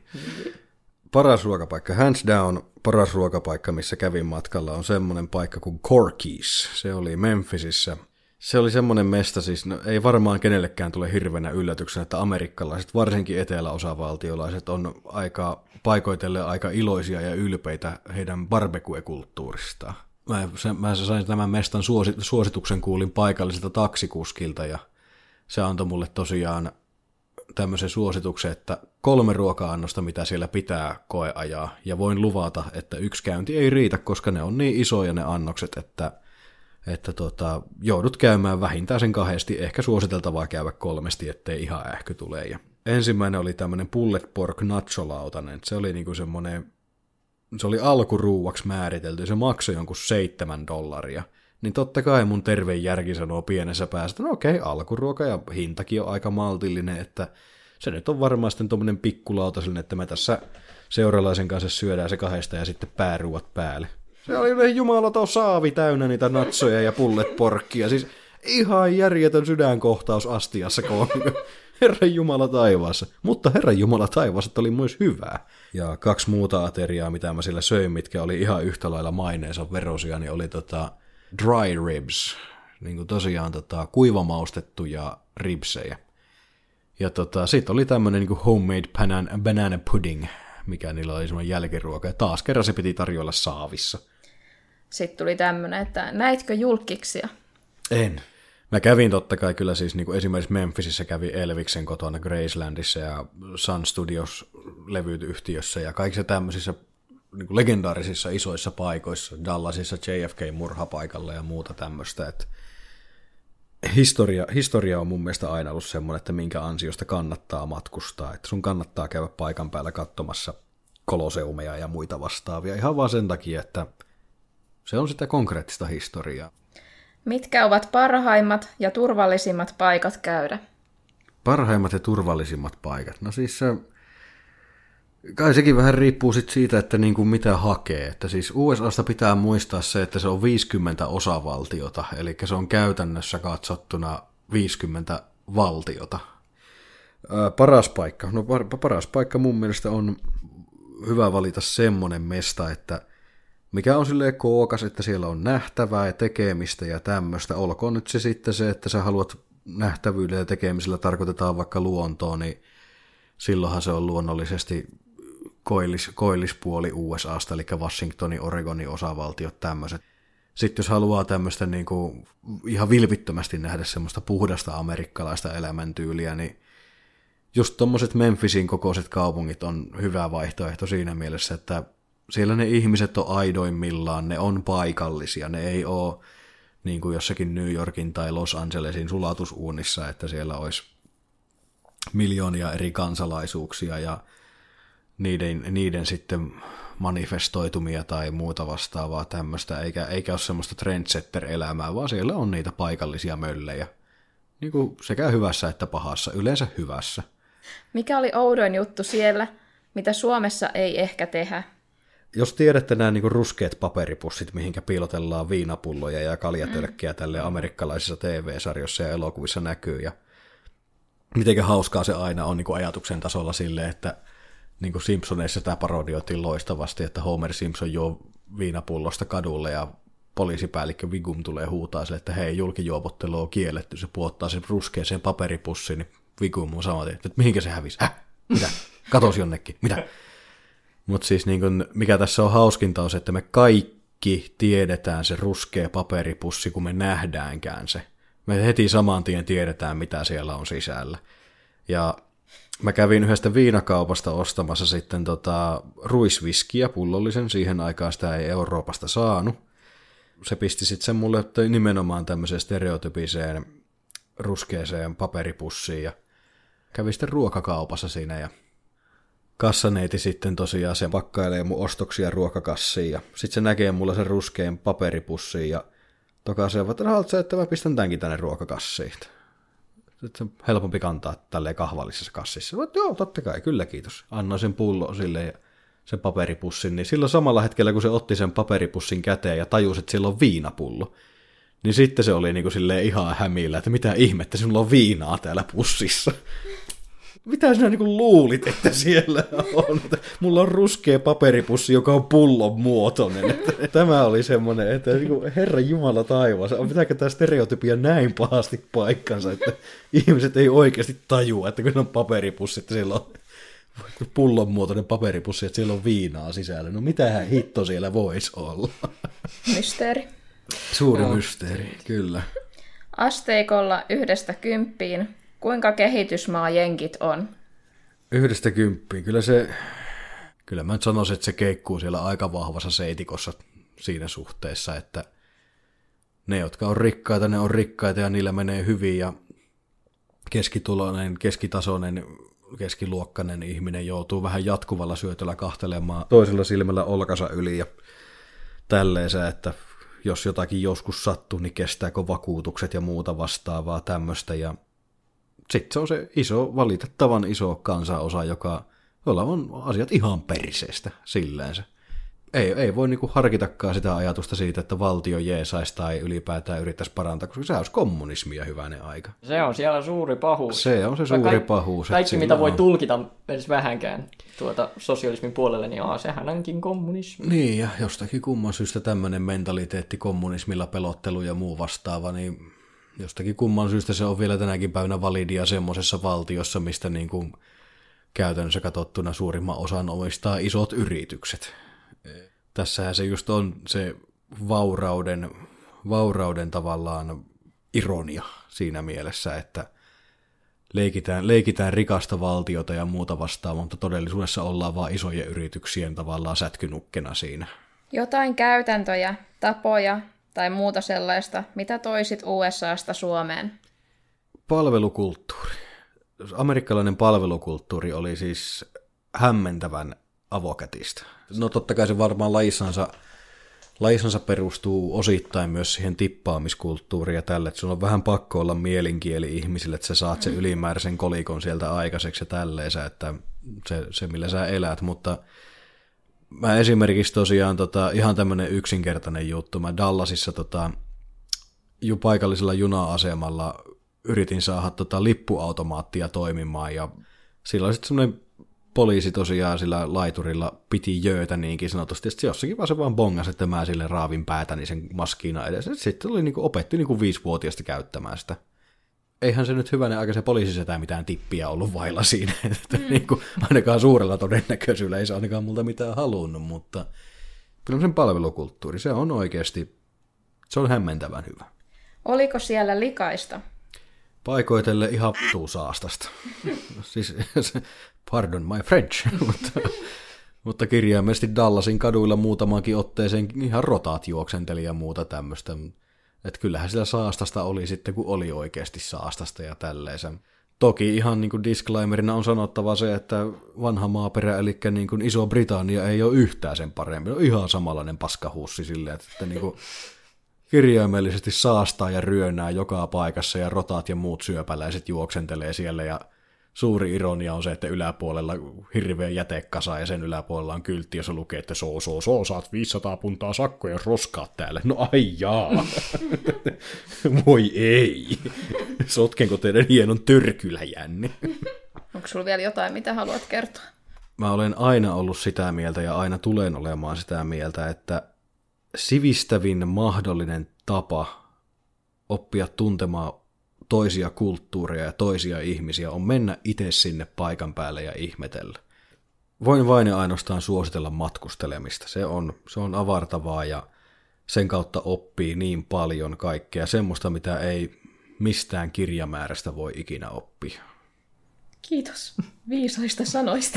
Paras ruokapaikka, hands down, paras ruokapaikka, missä kävin matkalla, on semmoinen paikka kuin Corky's. Se oli Memphisissä. Se oli semmoinen mesta, siis no, ei varmaan kenellekään tule hirveänä yllätyksenä, että amerikkalaiset, varsinkin eteläosavaltiolaiset, on aika paikoitellen aika iloisia ja ylpeitä heidän barbecue-kulttuuristaan. Mä, se, mä sain tämän mestan suosi, suosituksen kuulin paikalliselta taksikuskilta, ja se antoi mulle tosiaan tämmöisen suosituksen, että kolme ruoka-annosta, mitä siellä pitää koeajaa, ja voin luvata, että yksi käynti ei riitä, koska ne on niin isoja ne annokset, että että tota, joudut käymään vähintään sen kahdesti, ehkä suositeltavaa käydä kolmesti, ettei ihan ähky tule. Ja ensimmäinen oli tämmöinen pulled pork nacho-lautanen. Se oli niinku semmoinen, se oli alkuruuaksi määritelty, se maksoi jonkun seitsemän dollaria. Niin totta kai mun terve järki sanoo pienessä päässä, että no okei, alkuruoka ja hintakin on aika maltillinen, että se nyt on varmaan sitten tommonen pikkulautasen, että me tässä seuralaisen kanssa syödään se kahdesta ja sitten pääruuat päälle. Se oli jumalaton saavi täynnä niitä natsoja ja pullet porkkia. Siis ihan järjetön sydänkohtaus astiassa, kun Herran Jumala taivaassa. Mutta Herran Jumala taivaassa oli myös hyvää. Ja kaksi muuta ateriaa, mitä mä sillä söin, mitkä oli ihan yhtä lailla maineensa verosia, niin oli tota dry ribs. Niin kuin tosiaan tota, kuivamaustettuja ribsejä. Ja tota, sit oli tämmönen niin kuin homemade banana, banana pudding, mikä niillä oli semmoinen jälkiruoka. Ja taas kerran se piti tarjoilla saavissa. Sitten tuli tämmöinen, että näitkö julkkiksia? En. Mä kävin totta kai kyllä siis niin kuin esimerkiksi Memphisissä kävin Elviksen kotona Gracelandissa ja Sun Studios-levyyhtiössä ja kaikissa tämmöisissä niin kuin legendaarisissa isoissa paikoissa, Dallasissa J F K-murhapaikalla ja muuta tämmöistä. Että historia, historia on mun mielestä aina ollut semmoinen, että minkä ansiosta kannattaa matkustaa. Että sun kannattaa käydä paikan päällä katsomassa koloseumeja ja muita vastaavia ihan vaan sen takia, että se on sitä konkreettista historiaa. Mitkä ovat parhaimmat ja turvallisimmat paikat käydä? Parhaimmat ja turvallisimmat paikat? No siis se, kai sekin vähän riippuu sit siitä, että niin kuin mitä hakee. Että siis U S A:sta pitää muistaa se, että se on viisikymmentä osavaltiota, eli se on käytännössä katsottuna viisikymmentä valtiota. Ää, paras paikka? No par- paras paikka mun mielestä on hyvä valita semmonen mesta, että mikä on silleen kookas, että siellä on nähtävää ja tekemistä ja tämmöistä. Olkoon nyt se sitten se, että sä haluat nähtävyydellä ja tekemisellä tarkoitetaan vaikka luontoa, niin silloinhan se on luonnollisesti koillis, koillispuoli U S A:sta, eli Washingtonin, Oregonin osavaltiot tämmöiset. Sitten jos haluaa tämmöistä niin kuin ihan vilpittömästi nähdä semmoista puhdasta amerikkalaista elämäntyyliä, niin just tommoset Memphisin kokoiset kaupungit on hyvä vaihtoehto siinä mielessä, että siellä ne ihmiset on aidoimmillaan, ne on paikallisia, ne ei ole niin kuin jossakin New Yorkin tai Los Angelesin sulatusuunissa, että siellä olisi miljoonia eri kansalaisuuksia ja niiden, niiden sitten manifestoitumia tai muuta vastaavaa tämmöistä, eikä, eikä ole semmoista trendsetter-elämää, vaan siellä on niitä paikallisia möllejä, niin kuin sekä hyvässä että pahassa, yleensä hyvässä. Mikä oli oudoin juttu siellä, mitä Suomessa ei ehkä tehdä? Jos tiedätte nämä niin ruskeat paperipussit, mihinkä piilotellaan viinapulloja ja kaljatölkkiä mm. tälle amerikkalaisissa T V-sarjoissa ja elokuvissa näkyy, ja miten hauskaa se aina on niin kuin ajatuksen tasolla silleen, että niin kuin Simpsoneissa tämä parodioitiin loistavasti, että Homer Simpson juo viinapullosta kadulle ja poliisipäällikkö Vigum tulee huutaa sille, että hei, julkijuopottelu on kielletty, se puottaa sen ruskeeseen paperipussiin, niin Vigum on sama, että mihinkä se hävisi? Häh? Mitä? Katosi jonnekin? Mitä? Mutta siis niin kun, mikä tässä on hauskinta on se, että me kaikki tiedetään se ruskea paperipussi, kun me nähdäänkään se. Me heti saman tien tiedetään, mitä siellä on sisällä. Ja mä kävin yhdestä viinakaupasta ostamassa sitten tota ruisviskiä pullollisen, siihen aikaan sitä ei Euroopasta saanut. Se pisti sitten sen mulle nimenomaan tämmöiseen stereotypiseen ruskeeseen paperipussiin ja kävi sitten ruokakaupassa siinä ja kassaneiti sitten tosiaan se pakkailee mun ostoksia ruokakassiin ja sitten se näkee mulla sen ruskeen paperipussiin ja tokaisee, että haluatko sä, että mä pistän tämänkin tänne ruokakassiin. Se on helpompi kantaa tälleen kahvallisessa kassissa. Mä, joo, totta kai, kyllä kiitos. Annoin sen pullon silleen ja sen paperipussin, niin silloin samalla hetkellä, kun se otti sen paperipussin käteen ja tajusi, että siellä on viinapullo, niin sitten se oli niin kuin silleen ihan hämillä, että mitä ihmettä, sinulla on viinaa täällä pussissa. Mitä sinä niin kuin luulit, että siellä on? Mulla on ruskea paperipussi, joka on pullon muotoinen. Tämä oli semmoinen, että Herra Jumala taivas, pitääkö tämä stereotypia näin pahasti paikkansa, että ihmiset ei oikeasti tajua, että kun on paperipussi, että siellä on pullon muotoinen paperipussi, että siellä on viinaa sisällä. No mitähän hitto siellä voisi olla? Mysteeri. Suuri no. mysteeri, kyllä. Asteikolla yhdestä kymppiin. Kuinka kehitysmaa jenkit on? Yhdestä kymppiin. Kyllä se, kyllä mä nyt sanoisin, että se keikkuu siellä aika vahvassa seitikossa siinä suhteessa, että ne, jotka on rikkaita, ne on rikkaita ja niillä menee hyvin ja keskituloinen, keskitasoinen, keskiluokkainen ihminen joutuu vähän jatkuvalla syötöllä kahtelemaan toisella silmällä olkansa yli ja tälleensä, että jos jotakin joskus sattuu, niin kestääkö vakuutukset ja muuta vastaavaa tämmöistä ja sitten se on se iso, valitettavan iso kansanosa, joka, jolla on asiat ihan periseestä silleensä. Ei, ei voi niinku harkitakaan sitä ajatusta siitä, että valtio jeesaisi tai ylipäätään yrittäisi parantaa, koska se olisi kommunismia hyvänen aika. Se on siellä suuri pahuus. Se on se suuri Kaik- pahuus. Kaikki, mitä voi on. tulkita edes vähänkään tuota sosialismin puolelle, niin aa, sehän onkin kommunismi. Niin, ja jostakin kumman syystä tämmöinen mentaliteetti, kommunismilla pelottelu ja muu vastaava, niin jostakin kumman syystä se on vielä tänäkin päivänä validia semmoisessa valtiossa, mistä niin kuin käytännössä katsottuna suurimman osan omistaa isot yritykset. Tässähän se just on se vaurauden, vaurauden tavallaan ironia siinä mielessä, että leikitään, leikitään rikasta valtiota ja muuta vastaavaa, mutta todellisuudessa ollaan vaan isojen yrityksien tavallaan sätkynukkena siinä. Jotain käytäntöjä, tapoja tai muuta sellaista, mitä toisit U S A:sta Suomeen? Palvelukulttuuri. Amerikkalainen palvelukulttuuri oli siis hämmentävän avokätistä. No totta kai se varmaan lajissansa, lajissansa perustuu osittain myös siihen tippaamiskulttuuriin ja tälle, että sun on vähän pakko olla mielinkieli ihmisille, että sä saat sen ylimääräisen kolikon sieltä aikaiseksi ja tälleensä, että se, se millä sä elät, mutta mä esimerkiksi tosiaan tota, ihan tämmönen yksinkertainen juttu, mä Dallasissa tota, ju paikallisella juna-asemalla yritin saada tota, lippuautomaattia toimimaan ja sillä oli sitten semmoinen poliisi tosiaan sillä laiturilla piti jöötä niinkin sanotusti, että jossakin vaan se vaan bongasi, että mä sille raavin päätäni sen maskiina edessä. Sitten oli niinku, opetti niinku viisivuotiaasta käyttämään sitä. Eihän se nyt hyvänen aika se poliisi sitä mitään tippiä ollut vailla siinä, että mm. niinku, ainakaan suurella todennäköisyydellä ei se ainakaan multa mitään halunnut, mutta kyllä sen palvelukulttuuri, se on oikeasti, se on hämmentävän hyvä. Oliko siellä likaista? Paikoitelle ihan vittuu saastasta. Siis, pardon my French, mutta, mutta kirjaimellisesti Dallasin kaduilla muutamaankin otteeseen ihan rotaat juoksenteli ja muuta tämmöistä. Että kyllähän sillä saastasta oli sitten, kun oli oikeasti saastasta ja tälleensä. Toki ihan niin kuin disclaimerina on sanottava se, että vanha maaperä, eli niin kuin Iso-Britannia ei ole yhtään sen paremmin. On ihan samanlainen paskahussi silleen, että niin kuin kirjaimellisesti saastaa ja ryönää joka paikassa ja rotaat ja muut syöpäläiset juoksentelee siellä ja suuri ironia on se, että yläpuolella hirveä jätekasa ja sen yläpuolella on kyltti, jossa lukee, että soo, soo, soo, saat viisisataa puntaa sakkoja, jos roskaat täällä. No ai jaa. Voi ei. Sotkenko teidän hienon törkyläjänne? Onko sulla vielä jotain, mitä haluat kertoa? Mä olen aina ollut sitä mieltä ja aina tulen olemaan sitä mieltä, että sivistävin mahdollinen tapa oppia tuntemaan toisia kulttuureja ja toisia ihmisiä on mennä itse sinne paikan päälle ja ihmetellä. Voin vain ja ainoastaan suositella matkustelemista. Se on, se on avartavaa ja sen kautta oppii niin paljon kaikkea semmoista, mitä ei mistään kirjamäärästä voi ikinä oppia. Kiitos viisaista sanoista.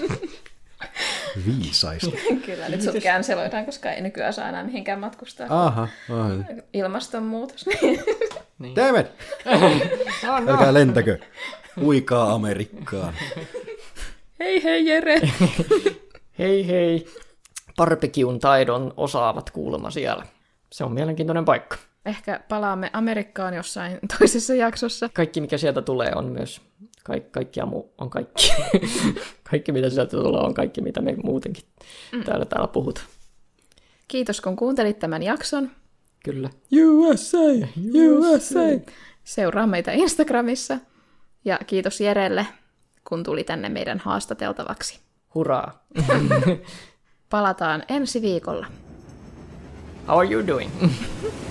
Viisaista. Kyllä, nyt sut canceloidaan, koska ei nykyään saa enää mihinkään matkustaa. Aha, aha. Ilmastonmuutos. Niin. Damn it! Älkää lentäkö. Uikaa Amerikkaan. Hei hei Jere! Hei hei! Barbecuen taidon osaavat kuulemma siellä. Se on mielenkiintoinen paikka. Ehkä palaamme Amerikkaan jossain toisessa jaksossa. Kaikki, mikä sieltä tulee, on myös Kaik, kaikkia muu, on kaikki. Kaikki, mitä sieltä tulee, on kaikki, mitä me muutenkin mm. täällä, täällä puhutaan. Kiitos, kun kuuntelit tämän jakson. Kyllä. U S A! U S A! Seuraa meitä Instagramissa. Ja kiitos Jerelle, kun tuli tänne meidän haastateltavaksi. Hurraa! Palataan ensi viikolla. How are you doing?